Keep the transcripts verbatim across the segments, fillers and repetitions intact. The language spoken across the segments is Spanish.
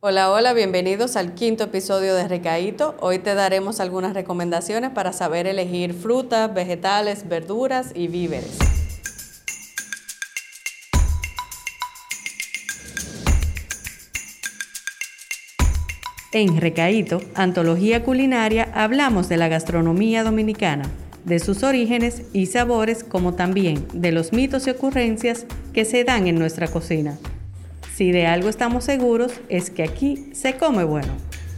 Hola, hola, bienvenidos al quinto episodio de Recaíto. Hoy te daremos algunas recomendaciones para saber elegir frutas, vegetales, verduras y víveres. En Recaíto, Antología Culinaria, hablamos de la gastronomía dominicana, de sus orígenes y sabores, como también de los mitos y ocurrencias que se dan en nuestra cocina. Si de algo estamos seguros, es que aquí se come bueno.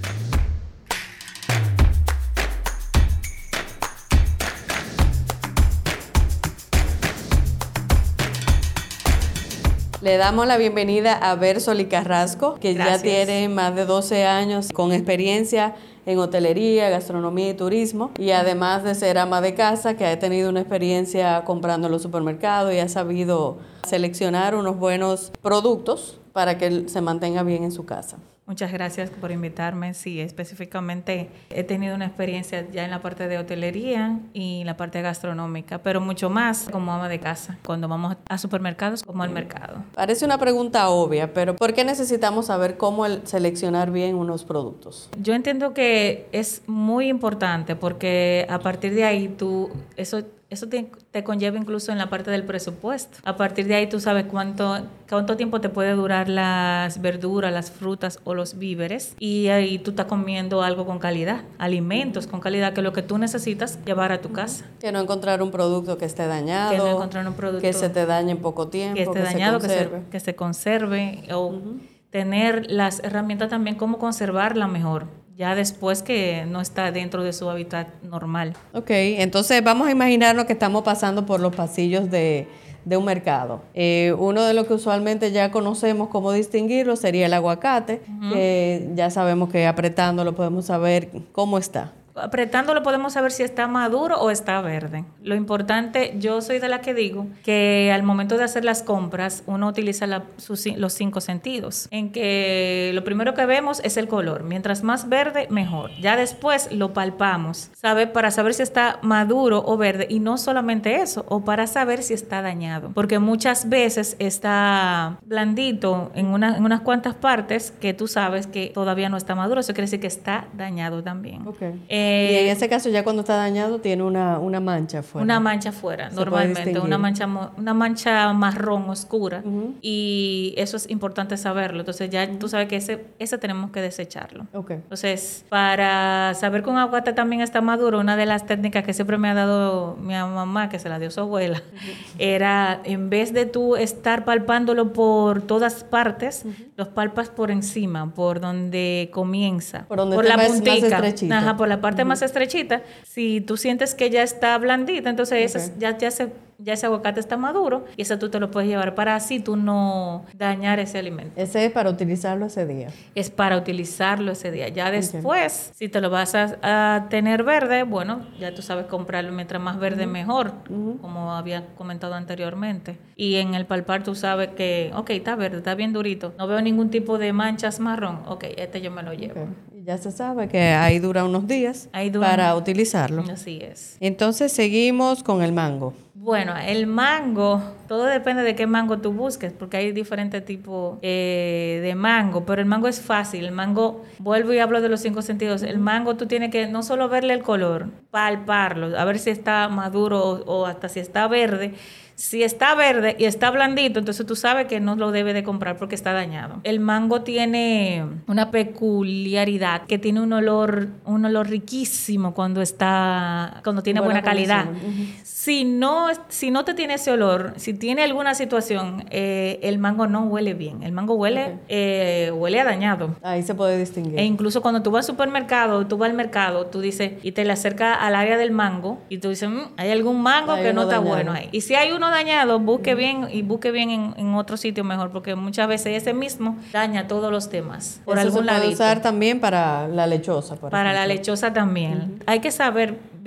Le damos la bienvenida a Bersoli Carrasco, que Gracias. Ya tiene más de doce años con experiencia en hotelería, gastronomía y turismo, y además de ser ama de casa, que ha tenido una experiencia comprando en los supermercados y ha sabido seleccionar unos buenos productos para que se mantenga bien en su casa. Muchas gracias por invitarme. Sí, específicamente he tenido una experiencia ya en la parte de hotelería y la parte gastronómica, pero mucho más como ama de casa, cuando vamos a supermercados como al mercado. Parece una pregunta obvia, pero ¿por qué necesitamos saber cómo el seleccionar bien unos productos? Yo entiendo que es muy importante porque a partir de ahí tú, eso Eso te, te conlleva incluso en la parte del presupuesto. A partir de ahí tú sabes cuánto, cuánto tiempo te puede durar las verduras, las frutas o los víveres. Y ahí tú estás comiendo algo con calidad, alimentos con calidad, que es lo que tú necesitas llevar a tu casa. Que no encontrar un producto que esté dañado. Que no encontrar un producto que se te dañe en poco tiempo. Que esté que dañado, se conserve. Que, se, que se conserve. O uh-huh. tener las herramientas también, cómo conservarla mejor, ya después que no está dentro de su hábitat normal. Ok, entonces vamos a imaginarnos que estamos pasando por los pasillos de, de un mercado. Eh, uno de los que usualmente ya conocemos cómo distinguirlo sería el aguacate, uh-huh. que ya sabemos que apretándolo podemos saber cómo está. Apretándolo podemos saber si está maduro o está verde. Lo importante, yo soy de la que digo que al momento de hacer las compras uno utiliza la, sus, los cinco sentidos, en que lo primero que vemos es el color. Mientras más verde, mejor. Ya después lo palpamos, ¿sabe? Para saber si está maduro o verde, y no solamente eso, o para saber si está dañado. Porque muchas veces está blandito en, una, en unas cuantas partes que tú sabes que todavía no está maduro. Eso quiere decir que está dañado también. Okay. Eh, Y en ese caso ya cuando está dañado tiene una, una mancha afuera. Una mancha afuera, normalmente, una mancha, una mancha marrón oscura, uh-huh. y eso es importante saberlo. Entonces ya uh-huh. tú sabes que ese, ese tenemos que desecharlo. Okay. Entonces, para saber que un aguacate también está maduro, una de las técnicas que siempre me ha dado mi mamá, que se la dio su abuela, uh-huh. era, en vez de tú estar palpándolo por todas partes, uh-huh. los palpas por encima, por donde comienza, por, donde por la más, puntica, más ajá, por la parte más estrechita. Si tú sientes que ya está blandita, entonces okay. ese, ya, ya, se, ya ese aguacate está maduro y eso tú te lo puedes llevar para así tú no dañar ese alimento. Ese es para utilizarlo ese día. Es para utilizarlo ese día. Ya después, okay. si te lo vas a, a tener verde, bueno, ya tú sabes comprarlo, mientras más verde uh-huh. mejor, uh-huh. como había comentado anteriormente. Y en el palpar tú sabes que, ok, está verde, está bien durito, no veo ningún tipo de manchas marrón, ok, este yo me lo llevo. Okay. Ya se sabe que ahí dura unos días dura para un... utilizarlo. Así es. Entonces seguimos con el mango. Bueno, el mango, todo depende de qué mango tú busques, porque hay diferentes tipos eh, de mango, pero el mango es fácil. El mango, vuelvo y hablo de los cinco sentidos, el mango tú tienes que no solo verle el color, palparlo, a ver si está maduro o, o hasta si está verde. Si está verde y está blandito, entonces tú sabes que no lo debes de comprar porque está dañado. El mango tiene una peculiaridad que tiene un olor, un olor riquísimo cuando está, cuando tiene buena, buena calidad. Uh-huh. Si no, si no te tiene ese olor, si tiene alguna situación, eh, el mango no huele bien. El mango huele, okay. eh, huele a dañado. Ahí se puede distinguir. E incluso cuando tú vas al supermercado, tú vas al mercado, tú dices, y te le acercas al área del mango, y tú dices, mmm, hay algún mango hay que no está dañado. Bueno ahí. Y si hay uno dañado, busque bien y busque bien en, en otro sitio mejor, porque muchas veces ese mismo daña todos los temas por Eso algún se puede ladito. usar también para la lechosa, por para ejemplo. la lechosa también. Uh-huh. Hay que saber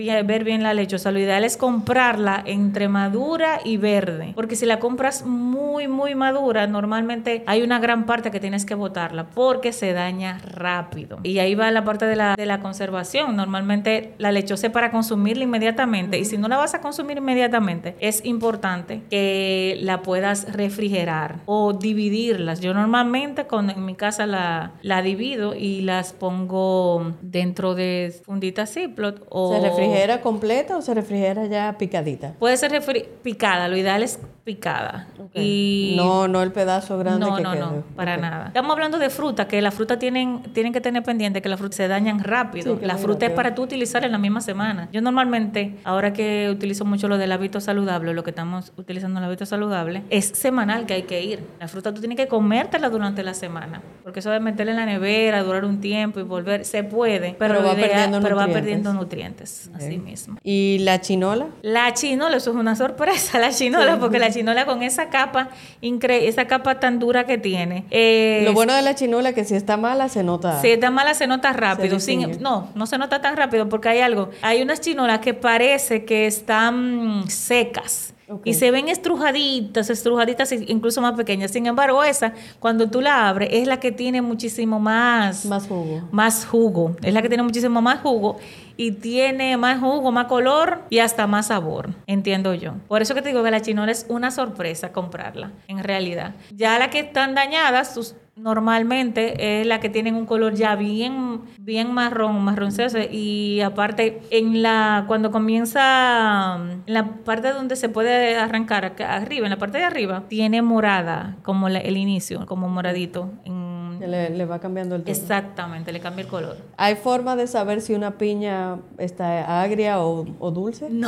bien, ver bien la lechosa, lo ideal es comprarla entre madura y verde, porque si la compras muy, muy madura, normalmente hay una gran parte que tienes que botarla porque se daña rápido. Y ahí va la parte de la, de la conservación. Normalmente la lechosa es para consumirla inmediatamente, y si no la vas a consumir inmediatamente, es importante que la puedas refrigerar o dividirlas. Yo normalmente con, en mi casa la, la divido y las pongo dentro de funditas Ziploc. O ¿Se refrigera completa o se refrigera ya picadita? Puede ser refri- picada, lo ideal es picada. Okay. Y no, no el pedazo grande no, que no, quede. no, para Okay. nada. Estamos hablando de fruta, que las frutas tienen, tienen que tener pendiente que las frutas se dañan rápido. Sí, la fruta rápido. es para tú utilizar en la misma semana. Yo normalmente, ahora que utilizo mucho lo del hábito saludable, lo que estamos utilizando el hábito saludable, es semanal que hay que ir. La fruta tú tienes que comértela durante la semana, porque eso de meterla en la nevera, durar un tiempo y volver, se puede, pero, Pero va idea, perdiendo pero va nutrientes. perdiendo nutrientes, Okay. así mismo. ¿Y la chinola? La chinola, eso es una sorpresa, la chinola, sí. Porque la chinola con esa capa, incre- esa capa tan dura que tiene. Eh, Lo bueno de la chinola es que si está mala se nota. Si está mala se nota rápido. Se Sin, no, no se nota tan rápido porque hay algo. Hay unas chinolas que parece que están secas. Okay. Y se ven estrujaditas, estrujaditas incluso más pequeñas. Sin embargo, esa, cuando tú la abres, es la que tiene muchísimo más... Más jugo. Más jugo. Es la que tiene muchísimo más jugo y tiene más jugo, más color y hasta más sabor, entiendo yo. Por eso que te digo que la chinola es una sorpresa comprarla, en realidad. Ya las que están dañadas, tus... normalmente es la que tienen un color ya bien bien marrón, marroncioso, y aparte en la cuando comienza en la parte donde se puede arrancar acá arriba, en la parte de arriba tiene morada como la, el inicio, como moradito en, le, le va cambiando el tono. Exactamente, le cambia el color. ¿Hay forma de saber si una piña está agria o, o dulce? No,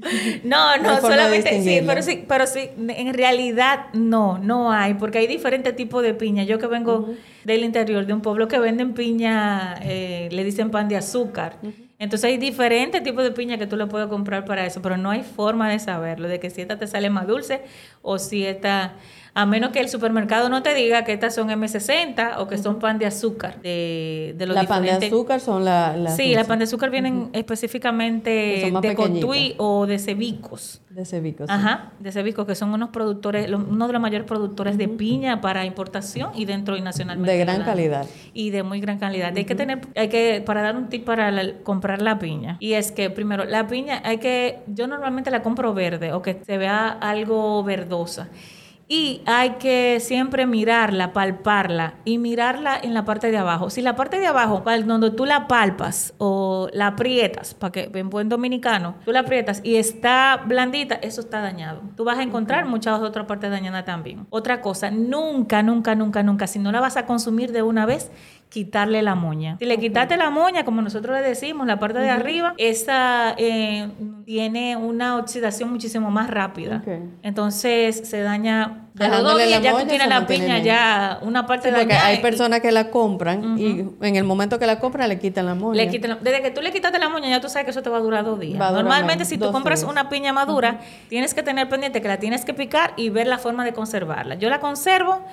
no, no, no solamente sí, pero sí, pero sí, en realidad no, no hay, porque hay diferentes tipos de piña. Yo que vengo uh-huh. del interior de un pueblo que venden piña, eh, le dicen pan de azúcar. Uh-huh. Entonces hay diferentes tipos de piña que tú le puedes comprar para eso, pero no hay forma de saberlo, de que si esta te sale más dulce o si esta... A menos que el supermercado no te diga que estas son eme sesenta o que son pan de azúcar. De, de los ¿La diferentes... pan de azúcar son las la Sí, las pan de azúcar vienen uh-huh. específicamente de Cotuí o de Cebicos. De Cebicos. Ajá, sí. De Cebicos, que son unos productores, uno de los mayores productores uh-huh. de piña para importación y dentro y nacionalmente. De gran calidad. Y de muy gran calidad. Uh-huh. Hay que tener, hay que, para dar un tip para la, comprar la piña. Y es que, primero, la piña hay que, yo normalmente la compro verde o que se vea algo verdosa. Y hay que siempre mirarla, palparla y mirarla en la parte de abajo. Si la parte de abajo, donde tú la palpas o la aprietas, para que en buen dominicano, tú la aprietas y está blandita, eso está dañado. Tú vas a encontrar muchas otras partes dañadas también. Otra cosa, nunca, nunca, nunca, nunca, si no la vas a consumir de una vez, quitarle la moña. Si le quitaste la moña, como nosotros le decimos, la parte de uh-huh. arriba, esa eh, tiene una oxidación muchísimo más rápida. Okay. Entonces se daña a los dos días, ya tú tienes la piña bien. Ya una parte sí, de porque hay y, personas que la compran uh-huh. y en el momento que la compran le quitan la moña. Le quitan la, desde que tú le quitaste la moña ya tú sabes que eso te va a durar dos días. Durar Normalmente más, si tú compras días. Una piña madura, uh-huh. tienes que tener pendiente que la tienes que picar y ver la forma de conservarla. Yo la conservo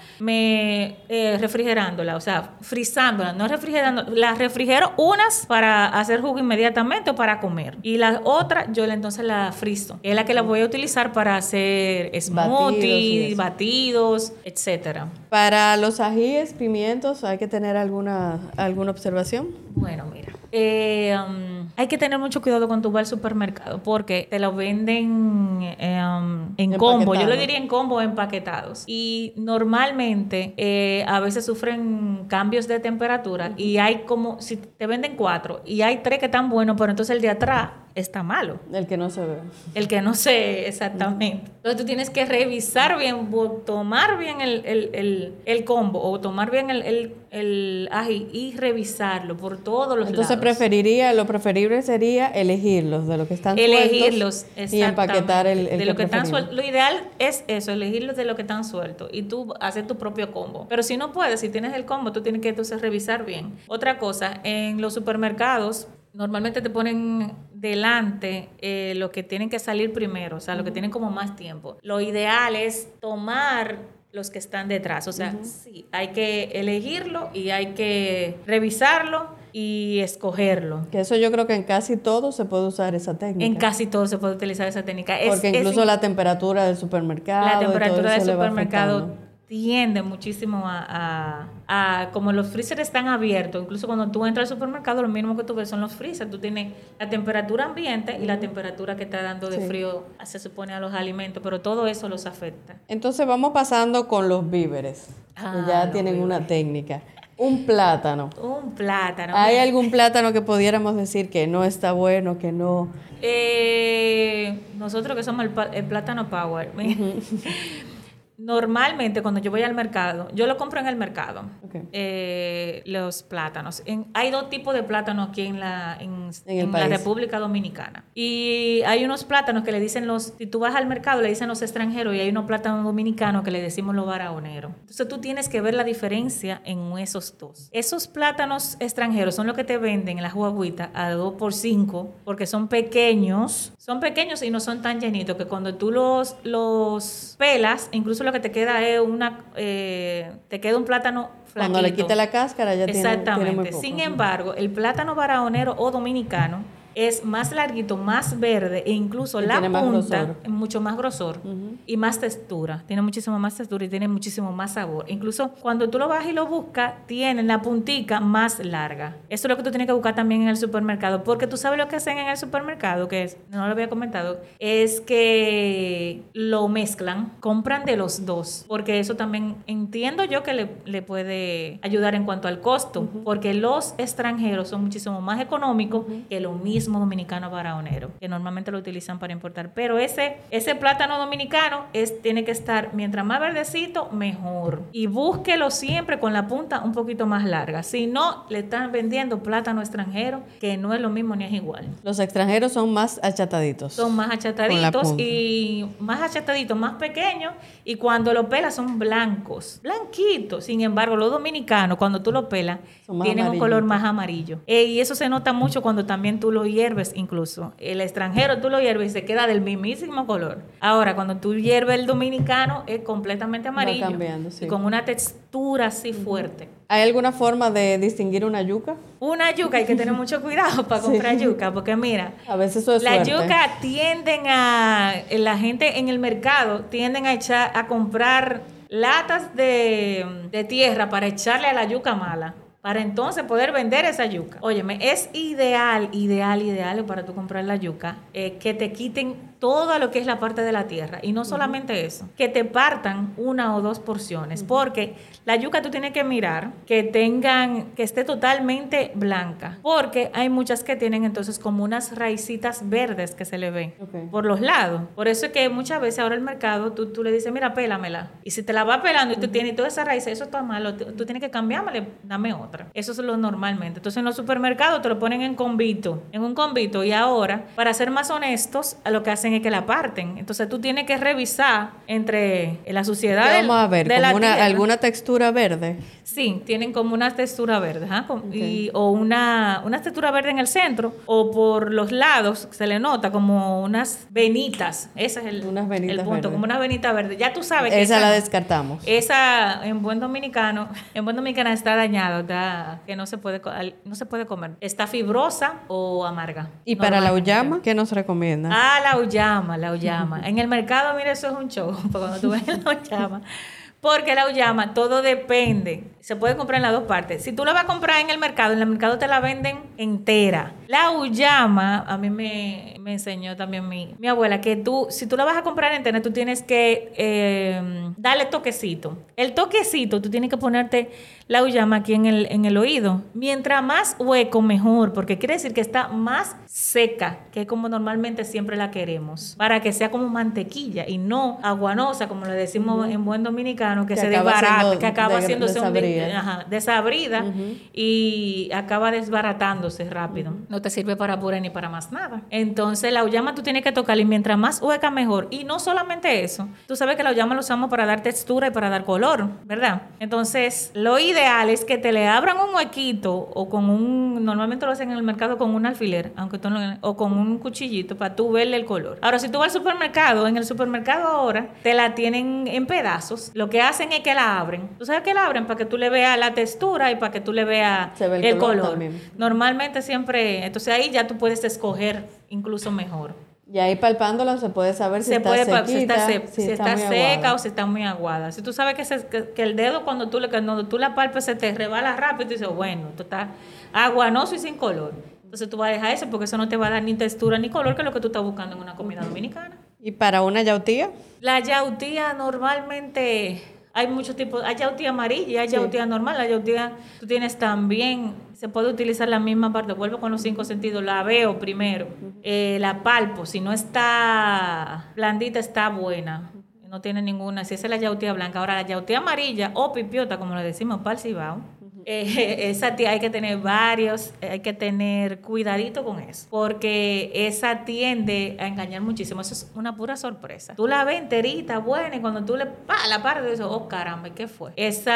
me eh, refrigerándola, o sea, frizándola, no refrigerando, la refrigero unas para hacer jugo inmediatamente o para comer. Y la otra yo entonces la frizo. Es la que la voy a utilizar para hacer smoothies, batidos, batidos etcétera. Para los ajíes, pimientos, ¿hay que tener alguna, alguna observación? Bueno, mira, eh, um, hay que tener mucho cuidado cuando tú vas al supermercado porque te lo venden eh, um, en combo, yo lo diría en combo o empaquetados. Y normalmente eh, a veces sufren cambios de temperatura uh-huh. y hay como, si te venden cuatro y hay tres que están buenos, pero entonces el de atrás está malo. El que no se ve. El que no se ve, exactamente. Uh-huh. Entonces tú tienes que revisar bien, tomar bien el, el, el, el combo o tomar bien el, el, el ají y revisarlo por todos los Entonces lados. preferiría, lo preferible sería elegirlos de lo que están elegirlos, sueltos y empaquetar el, el de lo que, que están sueltos. Lo ideal es eso, elegirlos de lo que están sueltos y tú hacer tu propio combo. Pero si no puedes, si tienes el combo, tú tienes que entonces revisar bien. Otra cosa, en los supermercados normalmente te ponen delante eh, lo que tienen que salir primero, o sea, uh-huh. lo que tienen como más tiempo. Lo ideal es tomar los que están detrás, o sea, uh-huh. sí, hay que elegirlo y hay que revisarlo y escogerlo. Que eso yo creo que en casi todo se puede usar esa técnica. En casi todo se puede utilizar esa técnica. Porque es, incluso es, la temperatura del supermercado. La temperatura del supermercado supermercado tiende muchísimo a, a, a, como los freezers están abiertos, incluso cuando tú entras al supermercado, lo mínimo que tú ves son los freezers. Tú tienes la temperatura ambiente y la temperatura que está dando de sí. frío, se supone, a los alimentos, pero todo eso los afecta. Entonces vamos pasando con los víveres, ah, que ya tienen víveres. Una técnica. Un plátano. Un plátano. ¿Hay mira. algún plátano que pudiéramos decir que no está bueno, que no? Eh, nosotros que somos el, el plátano power. Uh-huh. Normalmente cuando yo voy al mercado, yo lo compro en el mercado, okay. eh, los plátanos. En, hay dos tipos de plátanos aquí en la, en, en, en la República Dominicana. Y hay unos plátanos que le dicen los, si tú vas al mercado le dicen los extranjeros, y hay unos plátanos dominicanos que le decimos los barahonero. Entonces tú tienes que ver la diferencia en esos dos. Esos plátanos extranjeros son los que te venden en la guaguita a dos por cinco, porque son pequeños, son pequeños y no son tan llenitos, que cuando tú los, los pelas, incluso lo que te queda es una, eh, te queda un plátano flaquito. Cuando le quite la cáscara ya tiene, tiene muy poco. Sin embargo, el plátano barahonero o dominicano es más larguito, más verde e incluso y la punta es mucho más grosor uh-huh. y más textura. Tiene muchísimo más textura y tiene muchísimo más sabor. Incluso cuando tú lo vas y lo buscas, tiene la puntica más larga. Eso es lo que tú tienes que buscar también en el supermercado, porque tú sabes lo que hacen en el supermercado, que es, no lo había comentado, es que lo mezclan, compran de los dos, porque eso también entiendo yo que le, le puede ayudar en cuanto al costo, uh-huh. porque los extranjeros son muchísimo más económicos uh-huh. que lo mismo dominicano barahonero, que normalmente lo utilizan para importar, pero ese, ese plátano dominicano es, tiene que estar, mientras más verdecito, mejor, y búsquelo siempre con la punta un poquito más larga, si no, le están vendiendo plátano extranjero, que no es lo mismo ni es igual. Los extranjeros son más achataditos. Son más achataditos y más achataditos, más pequeños, y cuando lo pelas son blancos, blanquitos. Sin embargo, los dominicanos, cuando tú lo pelas, tienen un color más amarillo, eh, y eso se nota mucho cuando también tú lo hierves. Incluso el extranjero tú lo hierves y se queda del mismísimo color. Ahora, cuando tú hierves el dominicano es completamente amarillo, va cambiando, sí. y con una textura así fuerte. ¿Hay alguna forma de distinguir una yuca? Una yuca, hay que tener mucho cuidado para comprar sí. yuca, porque mira, a veces eso es la suerte. yuca tienden a, la gente en el mercado tienden a echar, a comprar latas de, de tierra para echarle a la yuca mala, para entonces poder vender esa yuca. Óyeme, es ideal, ideal, ideal para tú comprar la yuca, eh, que te quiten todo lo que es la parte de la tierra. Y no solamente uh-huh. eso, que te partan una o dos porciones, uh-huh. porque la yuca tú tienes que mirar que tengan, que esté totalmente blanca, porque hay muchas que tienen entonces como unas raicitas verdes que se le ven okay. por los lados. Por eso es que muchas veces ahora el mercado, tú, tú le dices, mira, pélamela. Y si te la vas pelando y tú uh-huh. tienes toda esa raíz, eso está malo, tú, tú tienes que cambiármela, dame otra. Eso es lo normalmente. Entonces en los supermercados te lo ponen en convito, en un convito, y ahora, para ser más honestos, lo que hacen es que la parten. Entonces tú tienes que revisar entre la suciedad del, vamos a ver, de como la una, tierra. ¿Alguna textura verde? Sí, tienen como una textura verde, ¿eh? Okay. Y, o una, una textura verde en el centro, o por los lados se le nota como unas venitas. Ese es el, unas venitas el punto, verdes. Como una venita verde. Ya tú sabes que esa, esa la descartamos. Esa en buen dominicano, en buen dominicano está dañado, está, que no se puede no se puede comer. Está fibrosa o amarga. ¿Y para la uyama qué nos recomienda? Ah, la uyama, la uyama. En el mercado, mira, eso es un show, cuando tú ves la uyama. Porque la uyama, todo depende. Se puede comprar en las dos partes. Si tú la vas a comprar en el mercado, en el mercado te la venden entera. La uyama, a mí me, me enseñó también mi, mi abuela, que tú, si tú la vas a comprar entera, tú tienes que eh, darle toquecito. El toquecito, tú tienes que ponerte la uyama aquí en el, en el oído. Mientras más hueco, mejor, porque quiere decir que está más seca, que es como normalmente siempre la queremos, para que sea como mantequilla y no aguanosa, como le decimos uh-huh. en buen dominicano, que, que se desbarata, que acaba de, haciéndose desabrida. un ajá, desabrida uh-huh. y acaba desbaratándose rápido. Uh-huh. No te sirve para puré ni para más nada. Entonces la uyama tú tienes que tocarla, y mientras más hueca mejor. Y no solamente eso, tú sabes que la uyama lo usamos para dar textura y para dar color, ¿verdad? Entonces lo ideal es que te le abran un huequito, o con un, normalmente lo hacen en el mercado con un alfiler, aunque tú no, o con un cuchillito para tú verle el color. Ahora, si tú vas al supermercado, en el supermercado ahora te la tienen en pedazos. Lo que que hacen es que la abren. ¿Tú sabes que la abren? Para que tú le veas la textura y para que tú le veas Se ve el, el color. color. Normalmente siempre, entonces ahí ya tú puedes escoger incluso mejor. Y ahí palpándolo se puede saber si se está puede, sequita, si está, se, si si está, está muy seca aguada. o si está muy aguada. Si tú sabes que, se, que, que el dedo cuando tú, le, cuando tú la palpes se te rebala rápido, tú dices, bueno, esto está aguanoso y sin color. Entonces tú vas a dejar eso porque eso no te va a dar ni textura ni color, que es lo que tú estás buscando en una comida dominicana. ¿Y para una yautía? La yautía normalmente hay muchos tipos. Hay yautía amarilla y hay sí. yautía normal. La yautía tú tienes también, se puede utilizar la misma parte. Vuelvo con los cinco sentidos. La veo primero, uh-huh. eh, la palpo. Si no está blandita, está buena. No tiene ninguna. Si esa es la yautía blanca. Ahora la yautía amarilla o pipiota, como le decimos para el cibao, Eh, esa tía hay que tener varios, hay que tener cuidadito con eso, porque esa tiende a engañar muchísimo. Eso es una pura sorpresa. Tú la ves enterita, buena, y cuando tú le pa, la partes, dices, oh caramba, ¿qué fue?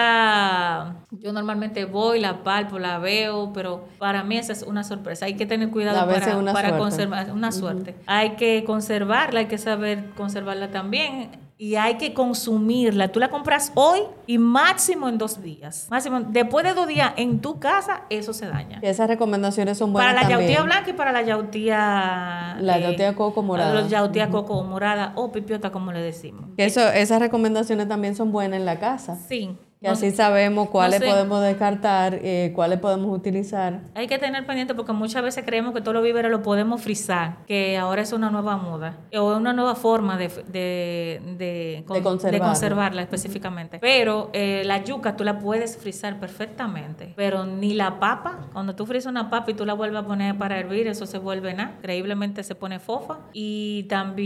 Esa, yo normalmente voy, la palpo, la veo, pero para mí esa es una sorpresa. Hay que tener cuidado para, una para suerte. conservar, una suerte. Uh-huh. Hay que conservarla, hay que saber conservarla también. Y hay que consumirla. Tú la compras hoy y máximo en dos días. Máximo, después de dos días en tu casa, eso se daña. Y esas recomendaciones son buenas para la también. yautía blanca y para la yautía... La eh, yautía coco morada. La yautía uh-huh. coco morada o pipiota, como le decimos. Eso, esas recomendaciones también son buenas en la casa. Sí. Y así no, sabemos cuáles no sé. podemos descartar, eh, cuáles podemos utilizar. Hay que tener pendiente porque muchas veces creemos que todos los víveres los podemos frizar, que ahora es una nueva moda o una nueva forma de, de, de, de, conservarla. de conservarla específicamente. Pero eh, la yuca tú la puedes frizar perfectamente, pero ni la papa, cuando tú frizas una papa y tú la vuelves a poner para hervir, eso se vuelve nada, increíblemente se pone fofa. Y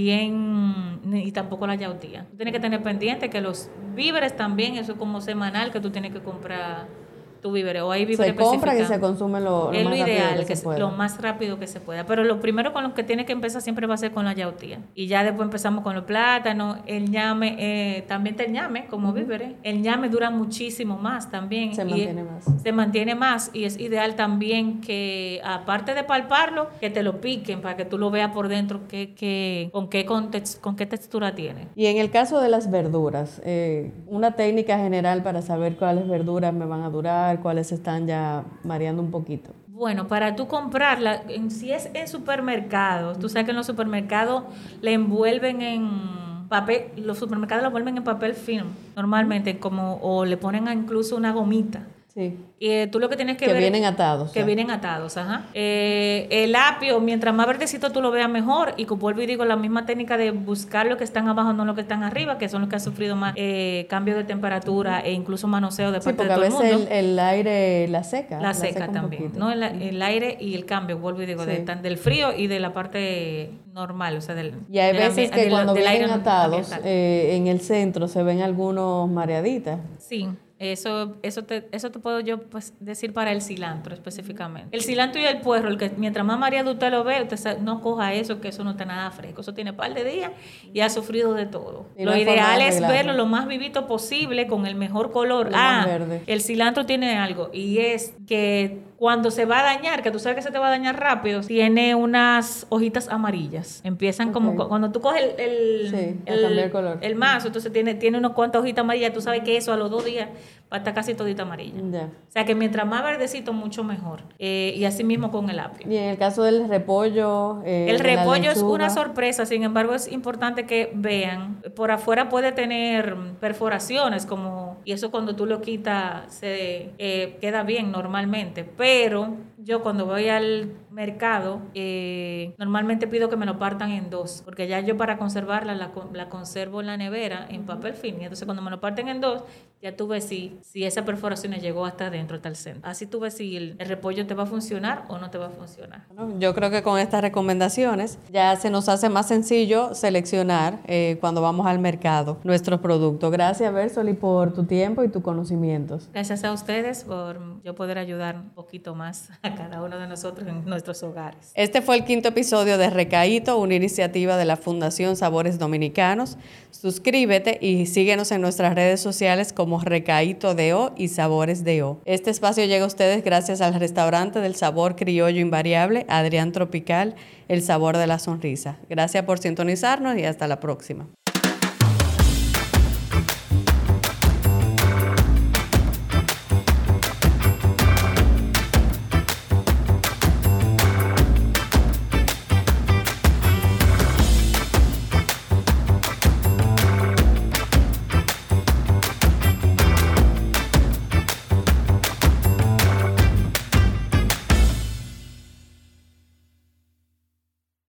también, y tampoco la yautía. Tú tienes que tener pendiente que los víveres también, eso es como semanal, que tú tienes que comprar tu víveres o hay víveres se compra y se consume lo, lo es más lo ideal, rápido que, que se pueda. Lo más rápido que se pueda, pero lo primero con lo que tiene que empezar siempre va a ser con la yautía y ya después empezamos con los plátanos, el ñame, eh, también el ñame como uh-huh. víveres, el ñame dura muchísimo más también se y mantiene es, más se mantiene más y es ideal también que aparte de palparlo, que te lo piquen para que tú lo veas por dentro que, que, con, qué context, con qué textura tiene. Y en el caso de las verduras, eh, una técnica general para saber cuáles verduras me van a durar, cuáles están ya mareando un poquito. Bueno, para tú comprarla, si es en supermercados, tú sabes que en los supermercados le envuelven en papel, los supermercados lo envuelven en papel film, normalmente, como, o le ponen incluso una gomita. Sí. Y eh, tú lo que tienes que, que ver... Que vienen atados. Que ¿sí? vienen atados, ajá. Eh, el apio, mientras más verdecito tú lo veas mejor, y como vuelvo y digo, la misma técnica de buscar lo que están abajo, no lo que están arriba, que son los que han sufrido más eh, cambio de temperatura e incluso manoseo de sí, parte de todo el mundo. Sí, porque a veces el, el aire la seca. La, la seca, seca también, ¿no? El, el aire y el cambio, vuelvo y digo, sí. de, tan, del frío y de la parte normal, o sea, del... Y hay veces que del, cuando del vienen aire atados, eh, en el centro se ven algunos mareaditas. Sí. Eso, eso, te, eso te puedo yo pues, decir para el cilantro específicamente. El cilantro y el puerro, el que mientras más mareado usted lo ve, usted sabe, no coja eso, que eso no está nada fresco. Eso tiene un par de días y ha sufrido de todo. Y lo ideal es verlo lo más vivito posible, con el mejor color. Lo ah, verde. El cilantro tiene algo, y es que cuando se va a dañar, que tú sabes que se te va a dañar rápido, tiene unas hojitas amarillas. Empiezan okay. como cuando tú coges el, el, sí, el, el, color. el mazo, entonces tiene, tiene unas cuantas hojitas amarillas. Tú sabes que eso a los dos días va a estar casi todita amarilla. Yeah. O sea que mientras más verdecito, mucho mejor. Eh, y así mismo con el apio. Y en el caso del repollo... Eh, el repollo es una sorpresa, sin embargo es importante que vean. Por afuera puede tener perforaciones, como y eso cuando tú lo quitas se eh, queda bien normalmente. Pero yo cuando voy al mercado, eh, normalmente pido que me lo partan en dos, porque ya yo para conservarla la, la conservo en la nevera en papel film. Y entonces cuando me lo parten en dos, ya tú ves si, si esa perforación llegó hasta adentro, hasta el centro. Así tú ves si el, el repollo te va a funcionar o no te va a funcionar. Bueno, yo creo que con estas recomendaciones ya se nos hace más sencillo seleccionar eh, cuando vamos al mercado nuestros productos. Gracias, Bersoli, por tu tiempo y tus conocimientos. Gracias a ustedes por yo poder ayudar un poquito más a cada uno de nosotros en nuestros hogares. Este fue el quinto episodio de Recaíto, una iniciativa de la Fundación Sabores Dominicanos. Suscríbete y síguenos en nuestras redes sociales como Recaíto D O y Sabores D O. Este espacio llega a ustedes gracias al restaurante del sabor criollo invariable, Adrián Tropical, el sabor de la sonrisa. Gracias por sintonizarnos y hasta la próxima.